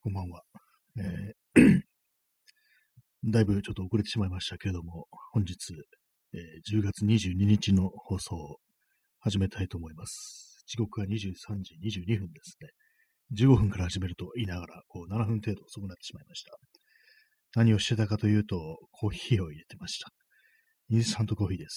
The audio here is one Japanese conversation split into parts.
こんばんは。だいぶちょっと遅れてしまいましたけれども、本日、10月22日の放送を始めたいと思います。時刻は23時22分ですね。15分から始めると言いながら、7分程度遅くなってしまいました。何をしてたかというと、コーヒーを入れてました。インスタントコーヒーです。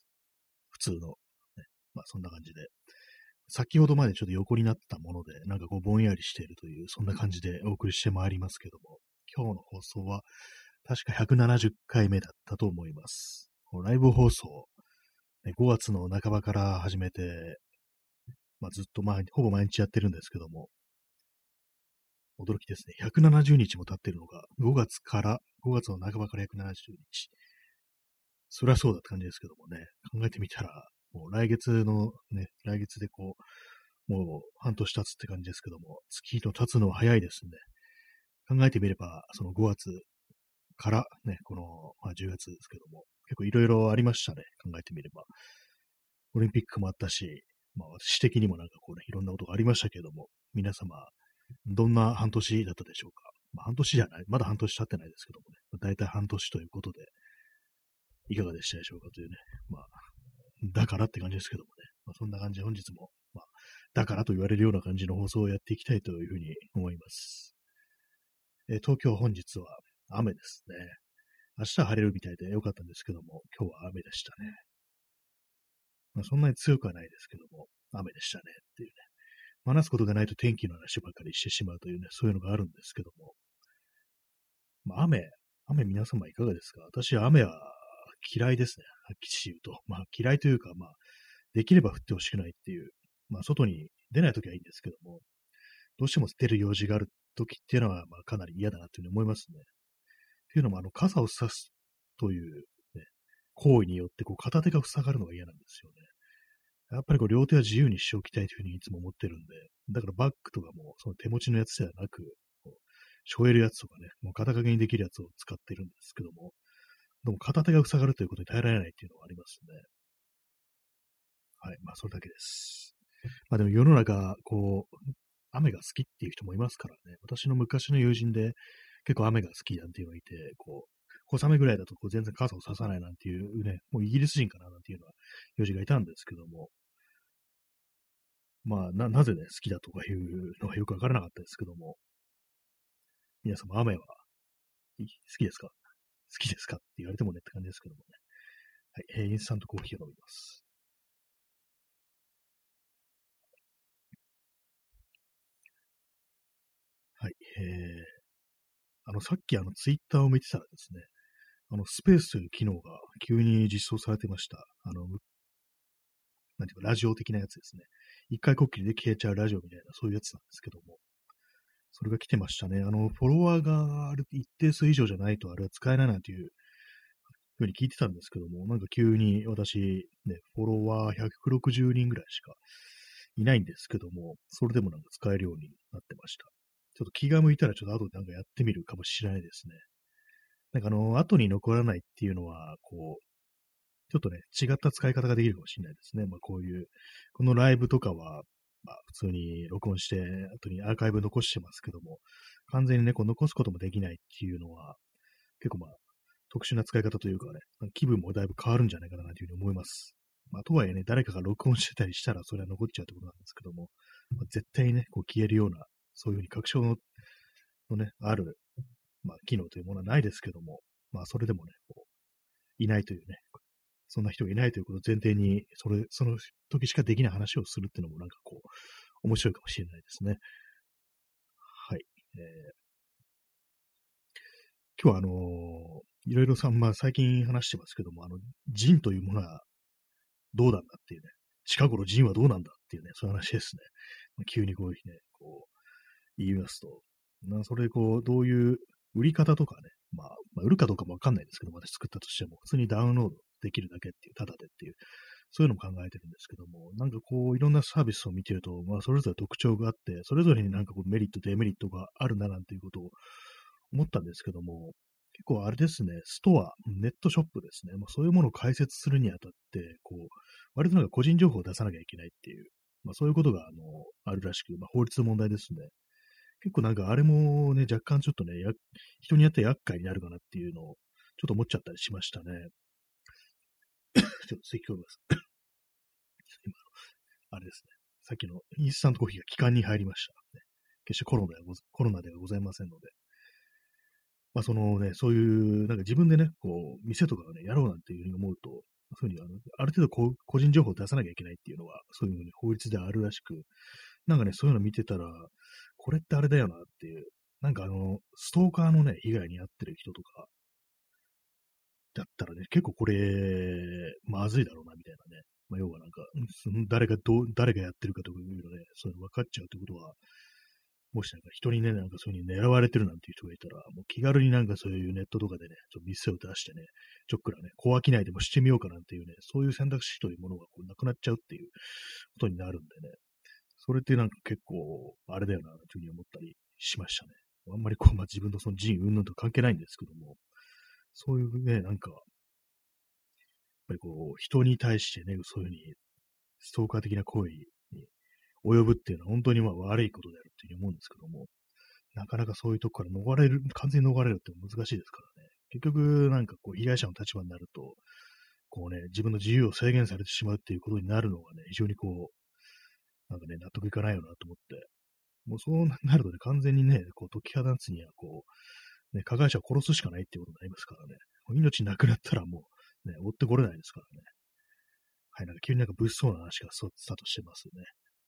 普通の、ね。そんな感じで。先ほどまでちょっと横になったもので、ぼんやりしているという、そんな感じでお送りしてまいりますけども、今日の放送は、確か170回目だったと思います。このライブ放送、5月の半ばから始めて、ずっとほぼ毎日やってるんですけども、驚きですね。170日も経ってるのが、5月の半ばから170日。そりゃそうだって感じですけどもね、考えてみたら、もう来月でもう半年経つって感じですけども、月の経つのは早いですね。考えてみれば、その5月からね、10月ですけども、結構いろいろありましたね。考えてみれば。オリンピックもあったし、私的にもいろんなことがありましたけども、皆様、どんな半年だったでしょうか。半年じゃない、まだ半年経ってないですけどもね、だいたい半年ということで、いかがでしたでしょうかというね、だからって感じですけどもね、そんな感じで本日も、だからと言われるような感じの放送をやっていきたいというふうに思います。東京本日は雨ですね。明日は晴れるみたいでよかったんですけども、今日は雨でしたね。そんなに強くはないですけども、雨でしたねっていうね。話すことがないと天気の話ばかりしてしまうというね、そういうのがあるんですけども。雨皆様いかがですか？私、雨は嫌いですね。はっきり言うと。嫌いというか、できれば降ってほしくないっていう。外に出ないときはいいんですけども、どうしても出る用事があるときっていうのは、かなり嫌だなというふうに思いますね。っていうのも、傘を差すという、ね、行為によって、片手が塞がるのが嫌なんですよね。やっぱり両手は自由にしておきたいというふうにいつも思ってるんで、だからバッグとかも、その手持ちのやつではなく、背負えるやつとかね、もう肩掛けにできるやつを使ってるんですけども、でも片手が塞がるということに耐えられないっていうのがありますね。はい。それだけです。でも世の中、雨が好きっていう人もいますからね。私の昔の友人で結構雨が好きなんていうのがいて、小雨ぐらいだと全然傘を差さないなんていうね、もうイギリス人かななんていうのは友人がいたんですけども、なぜね、好きだとかいうのはよくわからなかったですけども、皆様雨は好きですか？好きですかって言われてもねって感じですけどもね。はい、インスタントコーヒーを飲みます。はい、さっきツイッターを見てたらですね、スペースという機能が急に実装されてました。なんていうか、ラジオ的なやつですね。一回こっきりで消えちゃうラジオみたいな、そういうやつなんですけども。それが来てましたね。フォロワーがある一定数以上じゃないとあれは使えないなんていうふうに聞いてたんですけども、急に私、ね、フォロワー160人ぐらいしかいないんですけども、それでも使えるようになってました。ちょっと気が向いたらちょっと後でやってみるかもしれないですね。後に残らないっていうのは、ちょっとね、違った使い方ができるかもしれないですね。このライブとかは、普通に録音して、後にアーカイブ残してますけども、完全にね、残すこともできないっていうのは、結構特殊な使い方というかね、気分もだいぶ変わるんじゃないかなというふうに思います。とはいえね、誰かが録音してたりしたら、それは残っちゃうってことなんですけども、絶対にね、消えるような、そういうふうに確証のね、ある、機能というものはないですけども、それでもね、いないというね、そんな人がいないということを前提に、その時しかできない話をするっていうのも面白いかもしれないですね。はい。今日はいろいろ最近話してますけども、ジンというものはどうなんだっていうね、近頃ジンはどうなんだっていうね、そういう話ですね。急にこういうふうにね、言いますと、それでどういう売り方とかね、売るかどうかもわかんないですけど、私作ったとしても、普通にダウンロードできるだけっていう、ただでっていう、そういうのも考えてるんですけども、いろんなサービスを見てると、それぞれ特徴があって、それぞれにメリット、デメリットがあるな、なんていうことを思ったんですけども、結構あれですね、ストア、ネットショップですね、そういうものを開設するにあたって、割と個人情報を出さなきゃいけないっていう、そういうことが、あるらしく、法律の問題ですね。 結構なんかあれもね、若干ちょっとね、人によって厄介になるかなっていうのを、ちょっと思っちゃったりしましたね。ちょっと咳込みます。今、あれですね。さっきのインスタントコーヒーが気管に入りました、ね。決してコロナではございませんので。まあそのね、そういう、なんか自分でね、こう、店とかをね、やろうなんていうふうに思うと、そういうふうにある程度個人情報を出さなきゃいけないっていうのは、そういうふうに法律であるらしく、なんかね、そういうの見てたら、これってあれだよなっていう、なんかストーカーのね、被害に遭ってる人とか、だったらね、結構これ、まずいだろうな、みたいなね。まあ、要はなんか、誰がやってるかというのね、そういうの分かっちゃうってことは、もしなんか人にね、なんかそういう風に狙われてるなんていう人がいたら、もう気軽になんかそういうネットとかでね、ちょっと店を出してね、ちょっくらね、小商いでもしてみようかなんていうね、そういう選択肢というものがこうなくなっちゃうっていうことになるんでね、それってなんか結構、あれだよな、というふうに思ったりしましたね。あんまりこう、まあ、自分のその人云々と関係ないんですけども、そういうね、なんか、やっぱりこう、人に対してね、そういうふうに、ストーカー的な行為に及ぶっていうのは本当にまあ悪いことであるっていうふうに思うんですけども、なかなかそういうとこから完全に逃れるって難しいですからね。結局、なんかこう、被害者の立場になると、こうね、自分の自由を制限されてしまうっていうことになるのがね、非常にこう、なんかね、納得いかないよなと思って、もうそうなるとね、完全にね、こう解き放つには、こう、ね、加害者を殺すしかないっていうことになりますからね。命なくなったらもう、ね、追ってこれないですからね。はい、なんか急になんか物騒な話がスタートしてますね。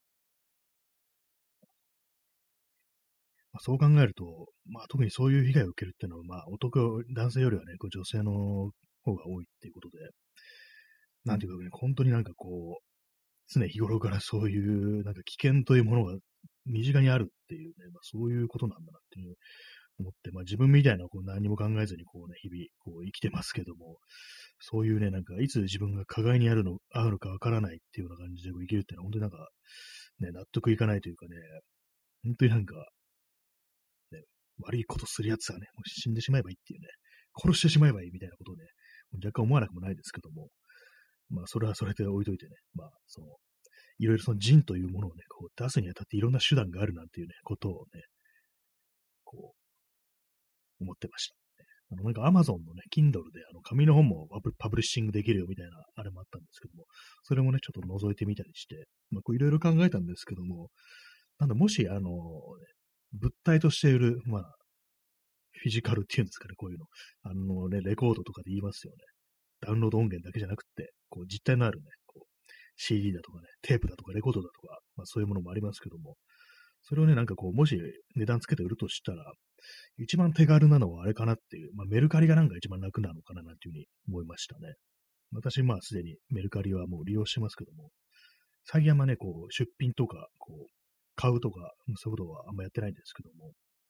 まあ、そう考えると、まあ、特にそういう被害を受けるっていうのは、まあ、男性よりはね、こう女性の方が多いっていうことで、なんていうかね、本当になんかこう、常日頃からそういうなんか危険というものが身近にあるっていうね、まあ、そういうことなんだなっていう思って、まあ自分みたいなこう何も考えずにこうね、日々こう生きてますけども、そういうね、なんかいつ自分が加害にあるかわからないっていうような感じでこう生きるっていうのは本当になんかね、納得いかないというかね、本当になんかね、悪いことするやつはね、もう死んでしまえばいいっていうね、殺してしまえばいいみたいなことをね、若干思わなくもないですけども、まあそれはそれで置いといてね、まあその、いろいろその人というものをね、こう出すにあたっていろんな手段があるなんていうね、ことをね、こう思ってました。なんか Amazon のね、Kindle で紙の本もパブリッシングできるよみたいなあれもあったんですけども、それもね、ちょっと覗いてみたりして、まあ、こういろいろ考えたんですけども、なんだ、もし、物体としている、まあ、フィジカルっていうんですかね、こういうの。レコードとかで言いますよね。ダウンロード音源だけじゃなくって、こう、実体のあるね、こう、CD だとかね、テープだとかレコードだとか、まあそういうものもありますけども、それをね、なんかこう、もし値段つけて売るとしたら、一番手軽なのはあれかなっていう、まあメルカリがなんか一番楽なのかななんていうふうに思いましたね。私、まあすでにメルカリはもう利用してますけども、最近あんまね、こう、出品とか、こう、買うとか、そういうことはあんまやってないんですけども、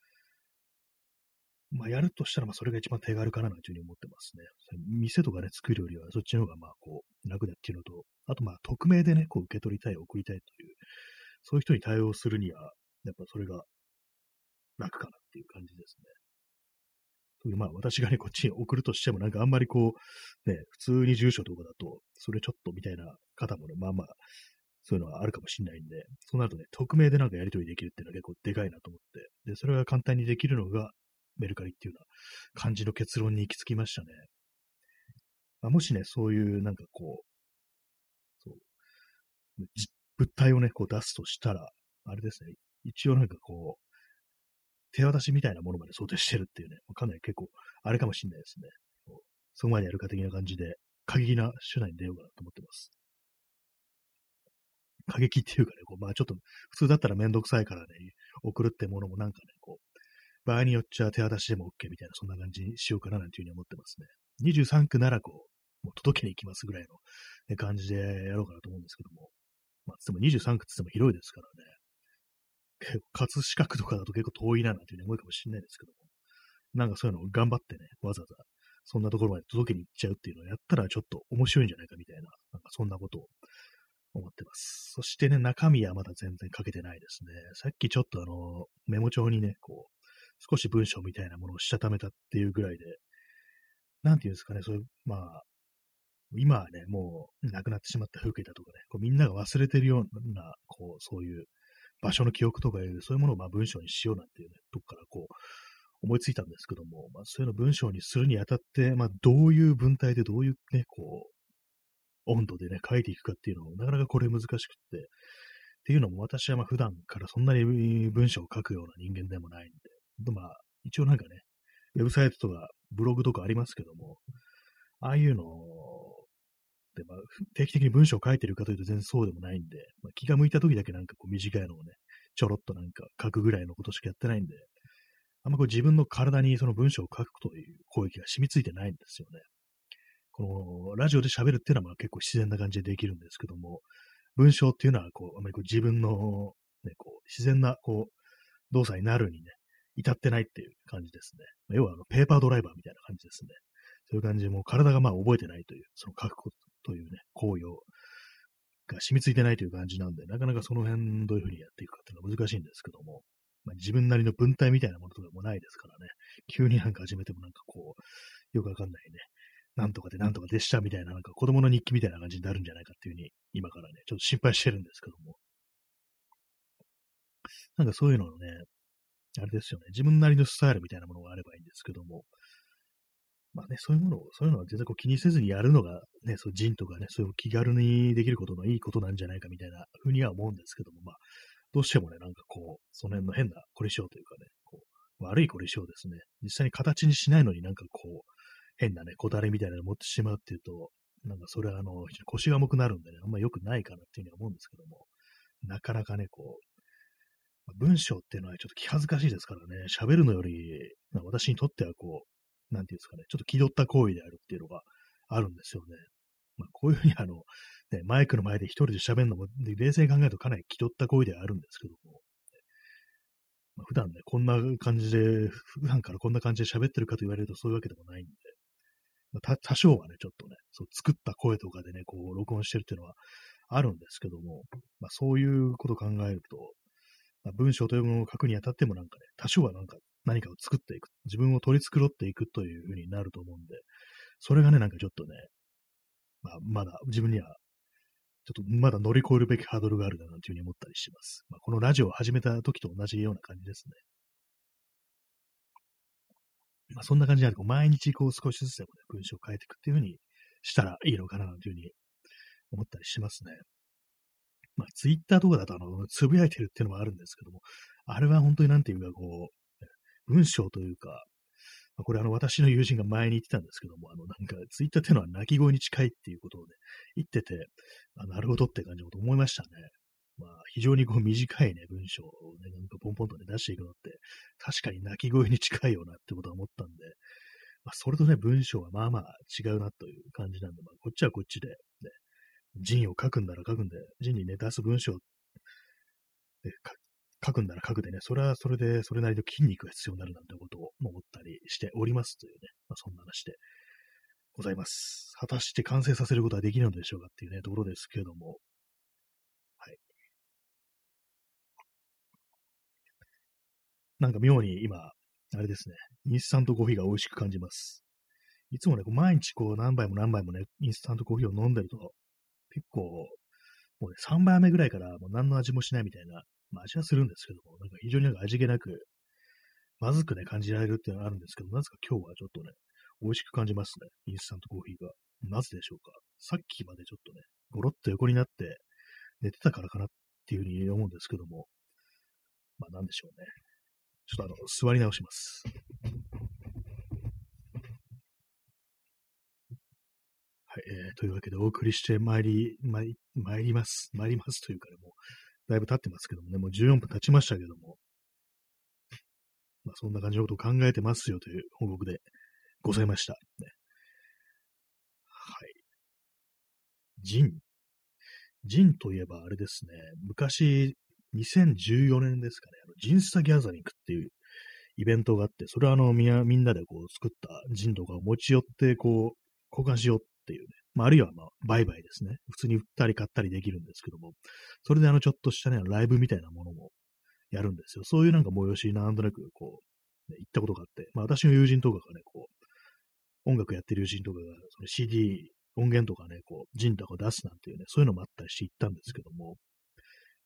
まあ、やるとしたら、まあ、それが一番手軽かなというふうに思ってますね。店とかね、作るよりは、そっちの方が、まあ、こう、楽だっていうのと、あと、まあ、匿名でね、こう、受け取りたい、送りたいという、そういう人に対応するには、やっぱそれが楽かなっていう感じですね。特にまあ、私がね、こっちに送るとしても、なんかあんまりこう、ね、普通に住所とかだと、それちょっとみたいな方もね、まあまあ、そういうのはあるかもしれないんで、そうなるとね、匿名でなんかやり取りできるっていうのは結構でかいなと思って、で、それが簡単にできるのがメルカリっていうような感じの結論に行き着きましたね。まあ、もしね、そういうなんかこう、そう物体をね、こう出すとしたら、あれですね、一応なんかこう、手渡しみたいなものまで想定してるっていうね、かなり結構、あれかもしれないですね。こうそこまでやるか的な感じで、過激な手段に出ようかなと思ってます。過激っていうかね、こうまあちょっと、普通だったらめんどくさいからね、送るってものもなんかね、こう、場合によっちゃ手渡しでも OK みたいな、そんな感じにしようかななんていうふうに思ってますね。23区ならこう、もう届けに行きますぐらいの、ね、感じでやろうかなと思うんですけども。まあ、つっても23区つっても広いですからね。結構葛飾区とかだと結構遠いななんていうふうに思うかもしれないですけども。なんかそういうのを頑張ってね、わざわざそんなところまで届けに行っちゃうっていうのをやったらちょっと面白いんじゃないかみたいな、なんかそんなことを思ってます。そしてね、中身はまだ全然書けてないですね。さっきちょっとメモ帳にね、こう、少し文章みたいなものをしたためたっていうぐらいで、なんていうんですかね、そういう、まあ、今はね、もう亡くなってしまった風景だとかね、こうみんなが忘れてるような、こう、そういう場所の記憶とかいう、そういうものをまあ文章にしようなんていうね、とこからこう、思いついたんですけども、まあ、そういうのを文章にするにあたって、まあ、どういう文体でどういうね、こう、温度でね、書いていくかっていうのも、なかなかこれ難しくって、っていうのも私はまあ普段からそんなに文章を書くような人間でもないんで、まあ、一応なんかね、ウェブサイトとかブログとかありますけども、ああいうので、まあ、定期的に文章を書いてるかというと全然そうでもないんで、まあ、気が向いた時だけなんかこう短いのをね、ちょろっとなんか書くぐらいのことしかやってないんで、あんまこう自分の体にその文章を書くという攻撃が染みついてないんですよね。このラジオで喋るっていうのはまあ結構自然な感じでできるんですけども、文章っていうのはこう、あまりこう自分の、ね、こう自然なこう動作になるにね、至ってないっていう感じですね。まあ要はペーパードライバーみたいな感じですね。そういう感じでもう体がまあ覚えてないという、その書くことというね、行為が染みついてないという感じなんで、なかなかその辺どういうふうにやっていくかっていうのは難しいんですけども、まあ、自分なりの文体みたいなものとかもないですからね、急になんか始めてもなんかこう、よくわかんないね、なんとかでなんとかでしたみたいな、なんか子供の日記みたいな感じになるんじゃないかっていうふうに、今からね、ちょっと心配してるんですけども、なんかそういうのをね、あれですよね、自分なりのスタイルみたいなものがあればいいんですけども、まあね、そういうのは全然こう気にせずにやるのがね、そう人とかね、そういう気軽にできることのいいことなんじゃないかみたいなふうには思うんですけども、まあ、どうしてもね、なんかこう、その辺の変な凝り性というかね、こう、悪い凝り性ですね。実際に形にしないのになんかこう、変なね、こだわりみたいなのを持ってしまうっていうと、なんかそれは非常に腰が重くなるんでね、あんま良くないかなっていうふうには思うんですけども、なかなかね、こう、文章っていうのはちょっと気恥ずかしいですからね、喋るのより、私にとってはこう、なんていうんですかね、ちょっと気取った行為であるっていうのがあるんですよね。まあ、こういうふうにね、マイクの前で一人で喋るのも、冷静に考えるとかなり気取った行為ではあるんですけども、まあ、普段ね、こんな感じで、普段からこんな感じで喋ってるかと言われるとそういうわけでもないんで、まあ、多少はね、ちょっとね、そう作った声とかでね、こう、録音してるっていうのはあるんですけども、まあ、そういうことを考えると、まあ、文章というものを書くにあたってもなんかね、多少はなんか何かを作っていく、自分を取り繕っていくというふうになると思うんで、それがね、なんかちょっとね、まあ、まだ自分にはちょっとまだ乗り越えるべきハードルがあるななんていうふうに思ったりします。まあ、このラジオを始めた時と同じような感じですね。まあ、そんな感じで、こう毎日こう少しずつでもね、文章を変えていくっていうふうにしたらいいのかななんていうふうに思ったりしますね。まあ、ツイッターとかだとつぶやいてるっていうのもあるんですけども、あれは本当になんていうかこう、文章というか、まあこれ私の友人が前に言ってたんですけども、なんかツイッターっていうのは鳴き声に近いっていうことをね、言ってて、なるほどって感じのこと思いましたね。まあ、非常にこう短いね、文章をね、なんかポンポンとね、出していくのって、確かに鳴き声に近いよなってことは思ったんで、まあ、それとね、文章はまあまあ違うなという感じなんで、まあ、こっちはこっちで、ね、人を書くんなら書くんで、人にね、出す文章で書くんなら書くでね、それはそれで、それなりの筋肉が必要になるなんてことを思ったりしておりますというね、まあ、そんな話でございます。果たして完成させることはできるのでしょうかっていうね、ところですけれども、はい。なんか妙に今、あれですね、インスタントコーヒーが美味しく感じます。いつもね、こう毎日こう何杯も何杯もね、インスタントコーヒーを飲んでると、結構、もうね、3杯目ぐらいからもう何の味もしないみたいな、まあ味はするんですけども、なんか非常になんか味気なく、まずくね、感じられるっていうのがあるんですけど、なぜか今日はちょっとね、美味しく感じますね。インスタントコーヒーが。なぜでしょうか。さっきまでちょっとね、ゴロッと横になって寝てたからかなっていうふうに思うんですけども、まあなんでしょうね。ちょっと座り直します。はい、というわけでお送りして参ります。参りますというかね、もう、だいぶ経ってますけどもね、もう14分経ちましたけども、まあそんな感じのことを考えてますよという報告でございました。ね、はい。ジン。ジンといえばあれですね、昔、2014年ですかね、ジンスタギャザリングっていうイベントがあって、それはみんなでこう作ったジンとかを持ち寄って、こう、交換しようっていうね、まあ、あるいはまあ、売買ですね。普通に売ったり買ったりできるんですけども、それでちょっとしたね、ライブみたいなものもやるんですよ。そういうなんか催し、なんとなくこう、ね、行ったことがあって、まあ私の友人とかがね、こう、音楽やってる友人とかが、その CD、音源とかね、こう、ジンとか出すなんていうね、そういうのもあったりして行ったんですけども、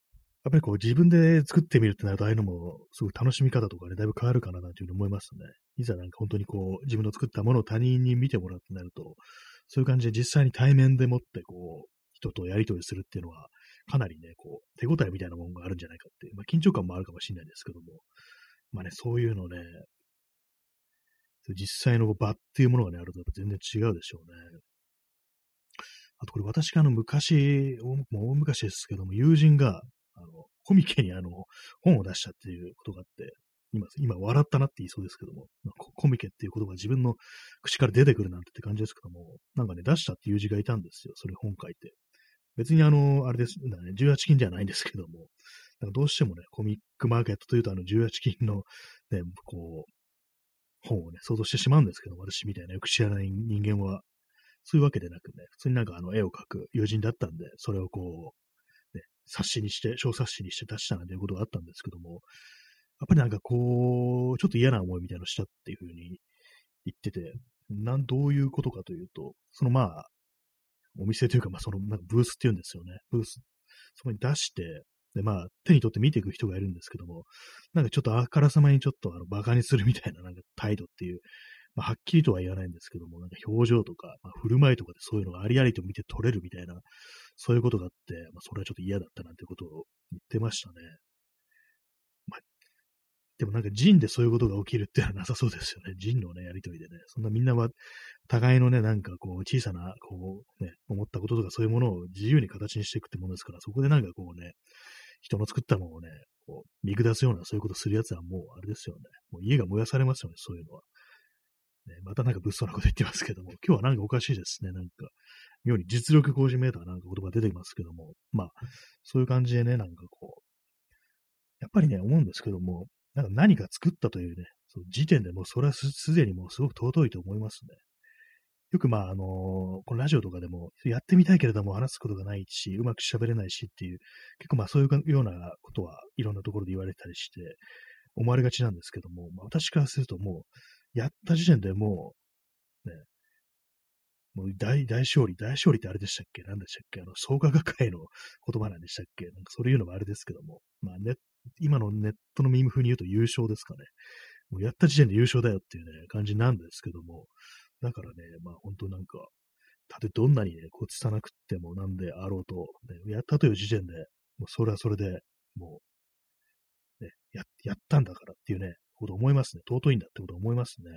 やっぱりこう自分で作ってみるってなると、ああいうのもすごい楽しみ方とかね、だいぶ変わるかななんていうふうに思いますね。いざなんか本当にこう、自分の作ったものを他人に見てもらうってなると、そういう感じで実際に対面でもってこう、人とやり取りするっていうのは、かなりね、こう、手応えみたいなものがあるんじゃないかっていう、まあ緊張感もあるかもしれないですけども、まあね、そういうのね、実際の場っていうものがね、あるとやっぱ全然違うでしょうね。あとこれ私が昔、もう大昔ですけども、友人が、コミケに本を出したっていうことがあって、今笑ったなって言いそうですけども、まあコミケっていう言葉が自分の口から出てくるなんてって感じですけども、なんかね、出したっていう友人がいたんですよ。それ本書いて。別にあれです、ね、18金じゃないんですけども、なんかどうしてもね、コミックマーケットというと18金のね、こう、本をね、想像してしまうんですけども、私みたいなよく知らない人間は、そういうわけでなくね、普通になんか絵を描く友人だったんで、それをこう、ね、冊子にして、小冊子にして出したなんていうことがあったんですけども、やっぱりなんかこう、ちょっと嫌な思いみたいなのをしたっていうふうに言ってて、どういうことかというと、お店というか、なんかブースっていうんですよね。ブース、そこに出して、で、手に取って見ていく人がいるんですけども、なんかちょっとあからさまにちょっとバカにするみたいななんか態度っていう、はっきりとは言わないんですけども、なんか表情とか、振る舞いとかでそういうのがありありと見て取れるみたいな、そういうことがあって、それはちょっと嫌だったなんてことを言ってましたね。まあ、でもなんかジンでそういうことが起きるっていうのはなさそうですよね。ジンのね、やりとりでね。そんなみんなは、互いのね、なんかこう、小さな、こう、ね、思ったこととかそういうものを自由に形にしていくってものですから、そこでなんかこうね、人の作ったものをね、こう、見下すようなそういうことするやつはもうあれですよね。もう家が燃やされますよね、そういうのは。ね、またなんか物騒なこと言ってますけども、今日はなんかおかしいですね。なんか、妙に実力行使めいたなんか言葉出てきますけども、そういう感じでね、なんかこう、やっぱりね、思うんですけども、なんか何か作ったというね、その時点でもうそれはすでにもうすごく尊いと思いますね。よくこのラジオとかでも、やってみたいけれども話すことがないし、うまく喋れないしっていう、結構そういうようなことはいろんなところで言われたりして、思われがちなんですけども、私からするともう、やった時点でもう、ね、もう大勝利ってあれでしたっけ何でしたっけ創価学会の言葉なんでしたっけなんかそういうのもあれですけども、今のネットのミーム風に言うと優勝ですかね。もうやった時点で優勝だよっていうね、感じなんですけども、だからね、本当なんか、たとえどんなにね、こう、拙くってもなんであろうと、ね、やったという時点で、もうそれはそれで、もう、ね、やったんだからっていうね、こと思いますね。尊いんだってこと思いますね。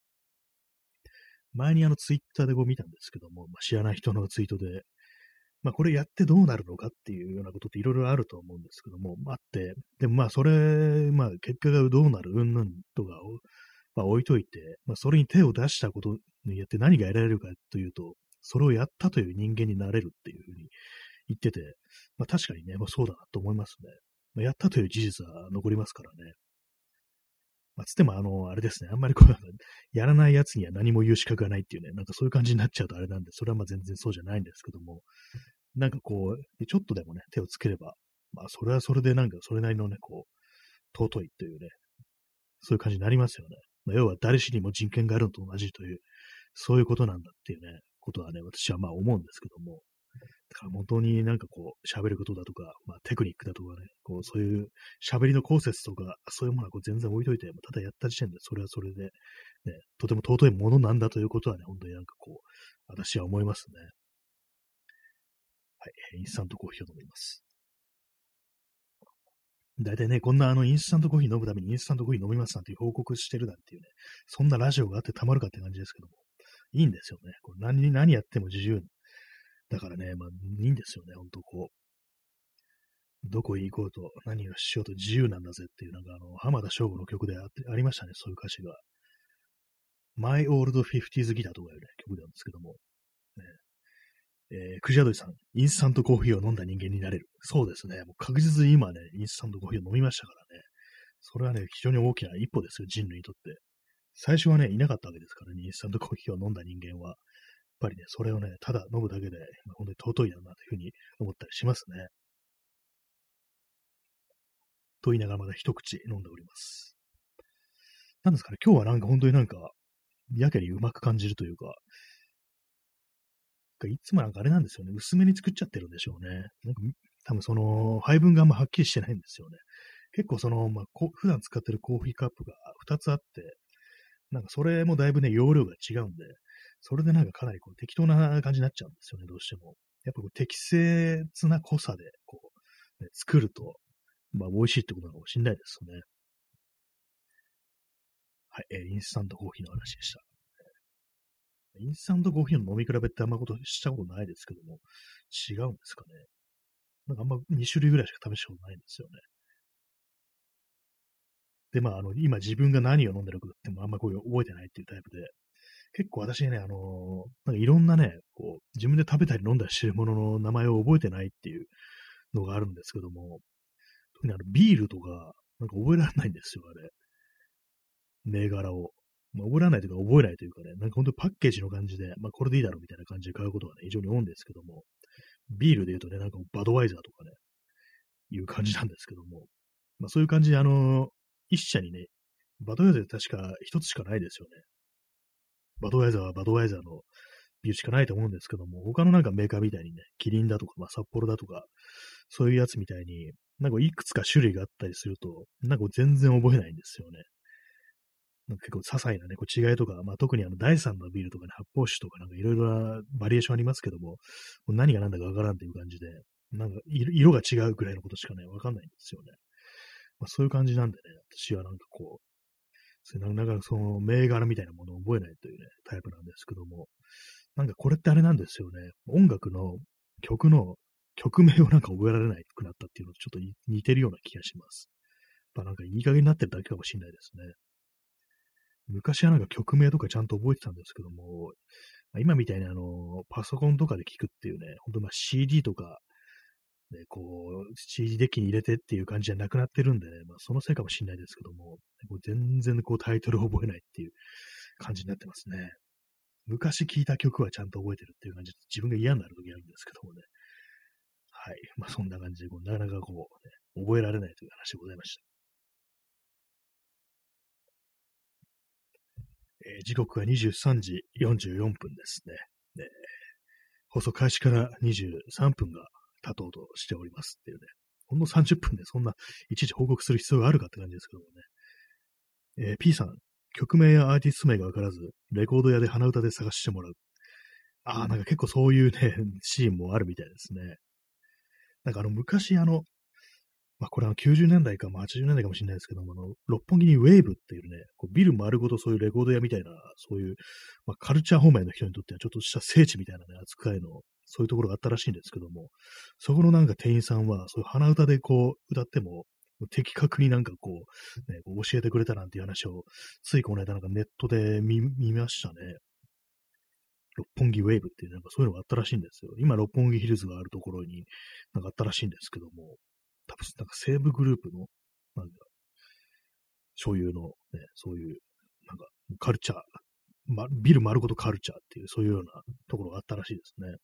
前にツイッターでこう見たんですけども、知らない人のツイートで、これやってどうなるのかっていうようなことっていろいろあると思うんですけども、あって、でもそれ、結果がどうなる、うんぬんとかを、置いといて、それに手を出したことによって何が得られるかというと、それをやったという人間になれるっていうふうに言ってて、確かにね、そうだなと思いますね。やったという事実は残りますからね。つっても、あれですね、あんまりこう、やらない奴には何も言う資格がないっていうね、なんかそういう感じになっちゃうとあれなんで、それは全然そうじゃないんですけども、なんかこう、ちょっとでもね、手をつければ、それはそれでなんかそれなりのね、こう、尊いというね、そういう感じになりますよね。要は誰しにも人権があるのと同じという、そういうことなんだっていうね、ことはね、私は思うんですけども、だから本当になんかこう、喋ることだとか、テクニックだとかね、こう、そういう喋りの口節とか、そういうものはこう全然置いといて、ただやった時点でそれはそれで、ね、とても尊いものなんだということはね、本当になんかこう、私は思いますね。はい、インスタントコーヒーを飲みます。大体ね、こんなインスタントコーヒー飲むためにインスタントコーヒー飲みますなんていう報告してるなんていうね、そんなラジオがあってたまるかって感じですけども、いいんですよね。これ何やっても自由。だからね、いいんですよね、ほんとこう。どこへ行こうと、何をしようと自由なんだぜっていう、なんか浜田省吾の曲でありましたね、そういう歌詞が。My Old Fifties Guitar とかいうね、曲なんですけども、ねクジラドリさん、インスタントコーヒーを飲んだ人間になれる。そうですね。もう確実に今ね、インスタントコーヒーを飲みましたからね。それはね、非常に大きな一歩ですよ、人類にとって。最初はね、いなかったわけですからね、インスタントコーヒーを飲んだ人間は。やっぱりね、それをね、ただ飲むだけで、本当に尊いだなというふうに思ったりしますね。と言いながらまだ一口飲んでおります。なんですかね、今日はなんか本当になんか、やけにうまく感じるというか、 いつもなんかあれなんですよね。薄めに作っちゃってるんでしょうね。なんか、多分その、配分があんまはっきりしてないんですよね。結構その、普段使ってるコーヒーカップが2つあって、なんかそれもだいぶね、容量が違うんで、それでなんかかなりこう適当な感じになっちゃうんですよね、どうしても。やっぱこう適切な濃さで、こう、ね、作ると、美味しいってことなのかもしれないですね。はい、インスタントコーヒーの話でした。インスタントコーヒーの飲み比べってあんまことしたことないですけども、違うんですかね。なんかあんま2種類ぐらいしか試したことないんですよね。で、今自分が何を飲んでるかってもあんまこう覚えてないっていうタイプで、結構私ね、なんかいろんなね、こう、自分で食べたり飲んだりしてるものの名前を覚えてないっていうのがあるんですけども、特にビールとか、なんか覚えられないんですよ、あれ。銘柄を。覚えられないというか覚えないというかね、なんか本当にパッケージの感じで、これでいいだろうみたいな感じで買うことがね、非常に多いんですけども、ビールで言うとね、なんかバドワイザーとかね、いう感じなんですけども、そういう感じで、一社にね、バドワイザーって確か一つしかないですよね。バドワイザーはバドワイザーのビールしかないと思うんですけども、他のなんかメーカーみたいにね、キリンだとか、札幌だとか、そういうやつみたいに、なんかいくつか種類があったりすると、なんか全然覚えないんですよね。なんか結構些細なね、こう違いとか、特に第三のビールとかね、発泡酒とかなんかいろいろなバリエーションありますけども、もう何が何だかわからんっていう感じで、なんか色が違うぐらいのことしかね、わかんないんですよね。そういう感じなんでね、私はなんかこう、なんかその銘柄みたいなものを覚えないというね、タイプなんですけども、なんかこれってあれなんですよね。音楽の曲の曲名をなんか覚えられなくなったっていうのとちょっと似てるような気がします。なんかいい加減になってるだけかもしれないですね。昔はなんか曲名とかちゃんと覚えてたんですけども、今みたいにパソコンとかで聞くっていうね、ほんとCD とか、ね、こう、CD デッキに入れてっていう感じじゃなくなってるんでね、そのせいかもしれないですけども、こう全然こうタイトルを覚えないっていう感じになってますね。昔聴いた曲はちゃんと覚えてるっていう感じで、自分が嫌になる時あるんですけどもね。はい。そんな感じで、なかなかこう、ね、覚えられないという話でございました。時刻は23時44分ですね。放送開始から23分が経とうとしておりますっていうね。ほんの30分でそんないちいち報告する必要があるかって感じですけどもね。P さん、曲名やアーティスト名がわからず、レコード屋で鼻歌で探してもらう。なんか結構そういうね、シーンもあるみたいですね。なんか昔これは90年代か80年代かもしれないですけども、六本木にウェーブっていうね、こうビル丸ごとそういうレコード屋みたいな、そういう、カルチャー方面の人にとってはちょっとした聖地みたいなね、扱いの、そういうところがあったらしいんですけども、そこのなんか店員さんは、そういう鼻歌でこう、歌っても、的確になんかこう、ね、こう教えてくれたなんていう話を、ついこの間なんかネットで見ましたね。六本木ウェーブっていうなんかそういうのがあったらしいんですよ。今、六本木ヒルズがあるところになんかあったらしいんですけども、多分なんか西武グループの、なんか、所有のね、そういう、なんか、カルチャー、ビル丸ごとカルチャーっていう、そういうようなところがあったらしいですね。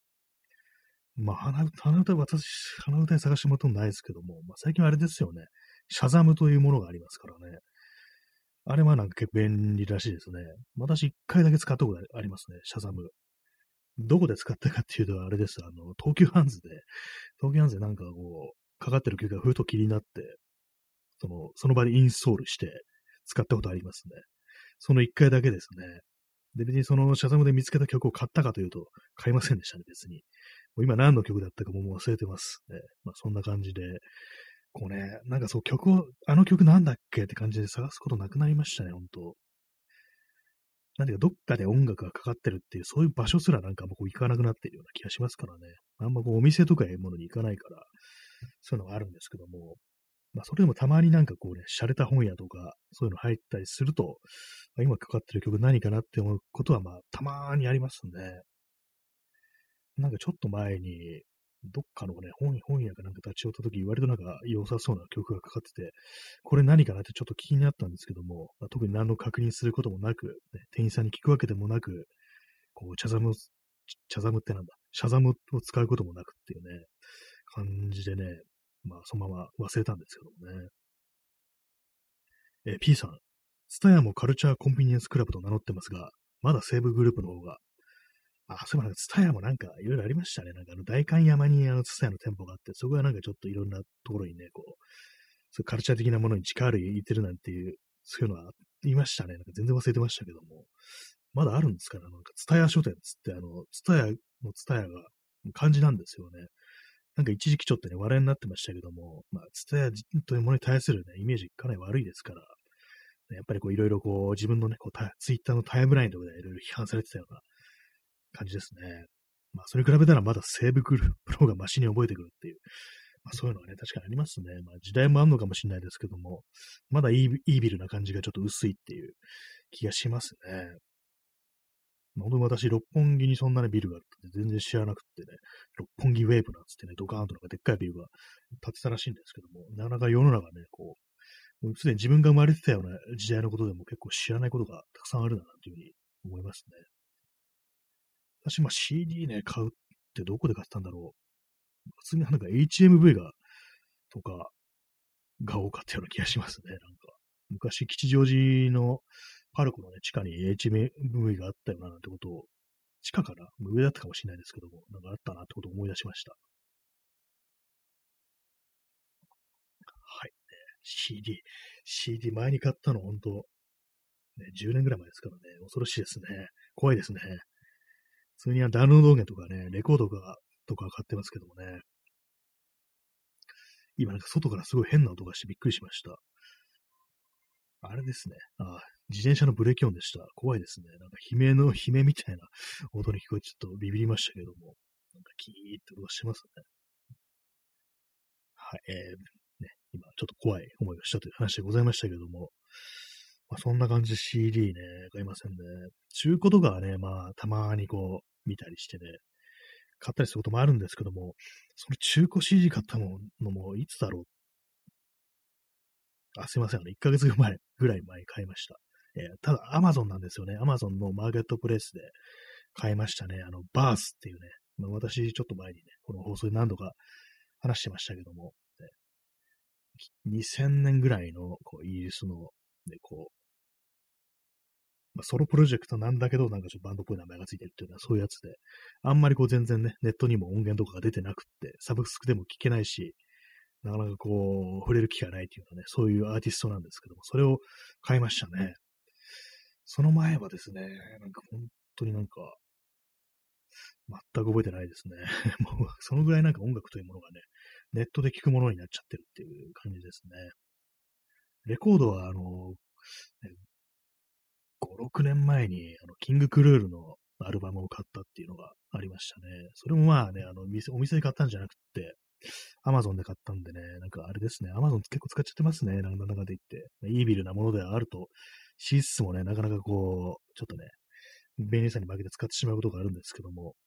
鼻歌に探してもらったことないですけども、最近はあれですよね。シャザムというものがありますからね。あれはなんか結構便利らしいですね。私一回だけ使ったことありますね、シャザム。どこで使ったかっていうと、あれです。東急ハンズで、なんかこう、かかってる曲がふと気になって、その場でインストールして使ったことありますね。その一回だけですね。で、別にそのシャザムで見つけた曲を買ったかというと、買いませんでしたね、別に。もう今何の曲だったかもう忘れてます。ね、そんな感じで、こうね、なんかそうあの曲なんだっけって感じで探すことなくなりましたね、本当なんていうか、どっかで音楽がかかってるっていう、そういう場所すらなんかもう行かなくなっているような気がしますからね。あんまこうお店とかいうものに行かないから、そういうのがあるんですけども、それでもたまになんかこうね、洒落た本屋とか、そういうの入ったりすると、今かかってる曲何かなって思うことはたまにありますね。なんかちょっと前に、どっかのね、本屋かなんか立ち寄った時、割となんか良さそうな曲がかかってて、これ何かなってちょっと気になったんですけども、特に何の確認することもなく、ね、店員さんに聞くわけでもなく、こう、チャザムってなんだ、シャザムを使うこともなくっていうね、感じでね、そのまま忘れたんですけどもね。P さん、ツタヤもカルチャーコンビニエンスクラブと名乗ってますが、まだ西武グループの方が、 そういえばなんか、ツタヤもなんか、いろいろありましたね。なんか、代官山にツタヤの店舗があって、そこはなんかちょっといろんなところにね、こう、そういうカルチャー的なものに力を入れてるなんていう、そういうのは言いましたね。なんか全然忘れてましたけども。まだあるんですかね。なんか、ツタヤ書店つって、ツタヤのツタヤが漢字なんですよね。なんか一時期ちょっとね、話題になってましたけども、ツタヤというものに対するね、イメージかなり悪いですから、やっぱりこういろいろこう自分のね、こうツイッターのタイムラインとかでいろいろ批判されてたような感じですね。それに比べたらまだ西部プロがマシに覚えてくるっていう、そういうのはね、確かにありますね。時代もあるのかもしれないですけども、まだイービルな感じがちょっと薄いっていう気がしますね。本当に私、六本木にそんなね、ビルがあるって全然知らなくてね、六本木ウェーブなんつってね、ドカーンとなんかでっかいビルが建ってたらしいんですけども、なかなか世の中ね、こう、もうすでに自分が生まれてたような時代のことでも結構知らないことがたくさんあるな、というふうに思いますね。私、CD ね、買うってどこで買ったんだろう。普通になんか HMV とかが多かったような気がしますね。なんか、昔、吉祥寺のパルコのね、地下に HMV があったよな、なんてことを、地下かな上だったかもしれないですけども、なんかあったなってことを思い出しました。はい。CD 前に買ったの、本当ね、10年ぐらい前ですからね、恐ろしいですね。怖いですね。普通にダウンロード音源とかね、レコードとか買ってますけどもね、今なんか外からすごい変な音がしてびっくりしました。あれですね。自転車のブレーキ音でした。怖いですね。なんか悲鳴みたいな音に聞こえてちょっとビビりましたけども。なんかキーって音がしますね。はい。ね、今ちょっと怖い思いをしたという話でございましたけども。そんな感じで CD ね、買いませんね。中古とかはね、たまにこう、見たりしてね、買ったりすることもあるんですけども、その中古 CD 買ったのもいつだろう。すいません。1ヶ月ぐらい前に買いました。ただ、アマゾンなんですよね。アマゾンのマーケットプレイスで買いましたね。バースっていうね、私、ちょっと前にね、この放送で何度か話してましたけども、ね、2000年ぐらいの、こう、イギリスの、ね、こう、ソロプロジェクトなんだけど、なんかちょっとバンドっぽい名前がついてるっていうのはそういうやつで、あんまりこう全然ね、ネットにも音源とかが出てなくって、サブスクでも聞けないし、なかなかこう、触れる機会ないっていうのはね、そういうアーティストなんですけども、それを買いましたね。その前はですね、なんか本当になんか、全く覚えてないですね。もう、そのぐらいなんか音楽というものがね、ネットで聞くものになっちゃってるっていう感じですね。レコードは、5、6年前に、キングクルールのアルバムを買ったっていうのがありましたね。それもお店で買ったんじゃなくて、アマゾンで買ったんでね、なんかあれですね、アマゾン結構使っちゃってますね、なんだかんだ言って。イービルなものではあると、シスもね、なかなかこう、ちょっとね、便利さに負けて使ってしまうことがあるんですけども、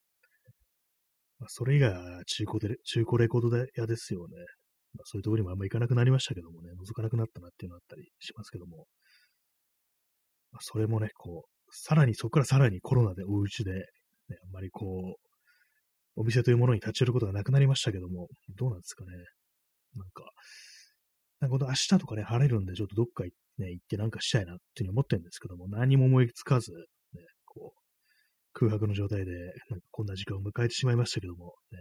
それ以外は中古レコード屋ですよね。そういうところにもあんま行かなくなりましたけどもね、覗かなくなったなっていうのがあったりしますけども、それもね、こう、そこからさらにコロナでお家で、ね、あんまりこう、お店というものに立ち寄ることがなくなりましたけども、どうなんですかね。なんか、明日とかね、晴れるんで、ちょっとどっか行ってなんかしたいなっていうふうに思ってるんですけども、何も思いつかず、ね、こう、空白の状態で、なんかこんな時間を迎えてしまいましたけども、ね。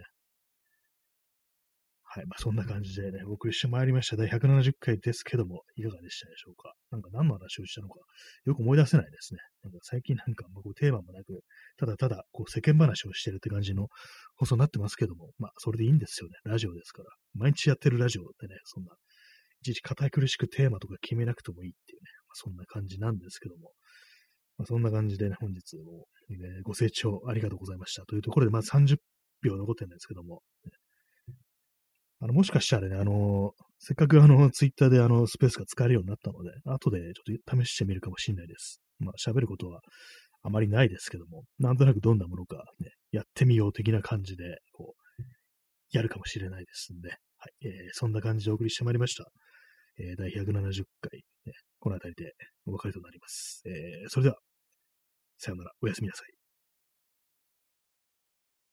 はい。そんな感じでね、お送りしてまいりました。第170回ですけども、いかがでしたでしょうか。なんか何の話をしたのか、よく思い出せないですね。なんか最近なんか、こうテーマもなく、ただただ、こう世間話をしてるって感じの放送になってますけども、それでいいんですよね。ラジオですから。毎日やってるラジオでね、そんな、いちいち堅苦しくテーマとか決めなくてもいいっていうね、そんな感じなんですけども、そんな感じでね、本日も、ご清聴ありがとうございました。というところで、30秒残ってるんですけども、もしかしたらね、せっかくツイッターでスペースが使えるようになったので、後でちょっと試してみるかもしれないです。喋ることはあまりないですけども、なんとなくどんなものかね、やってみよう的な感じで、こう、やるかもしれないですんで、はい、そんな感じでお送りしてまいりました。第170回、ね、この辺りでお別れとなります。それでは、さようなら、おやすみなさい。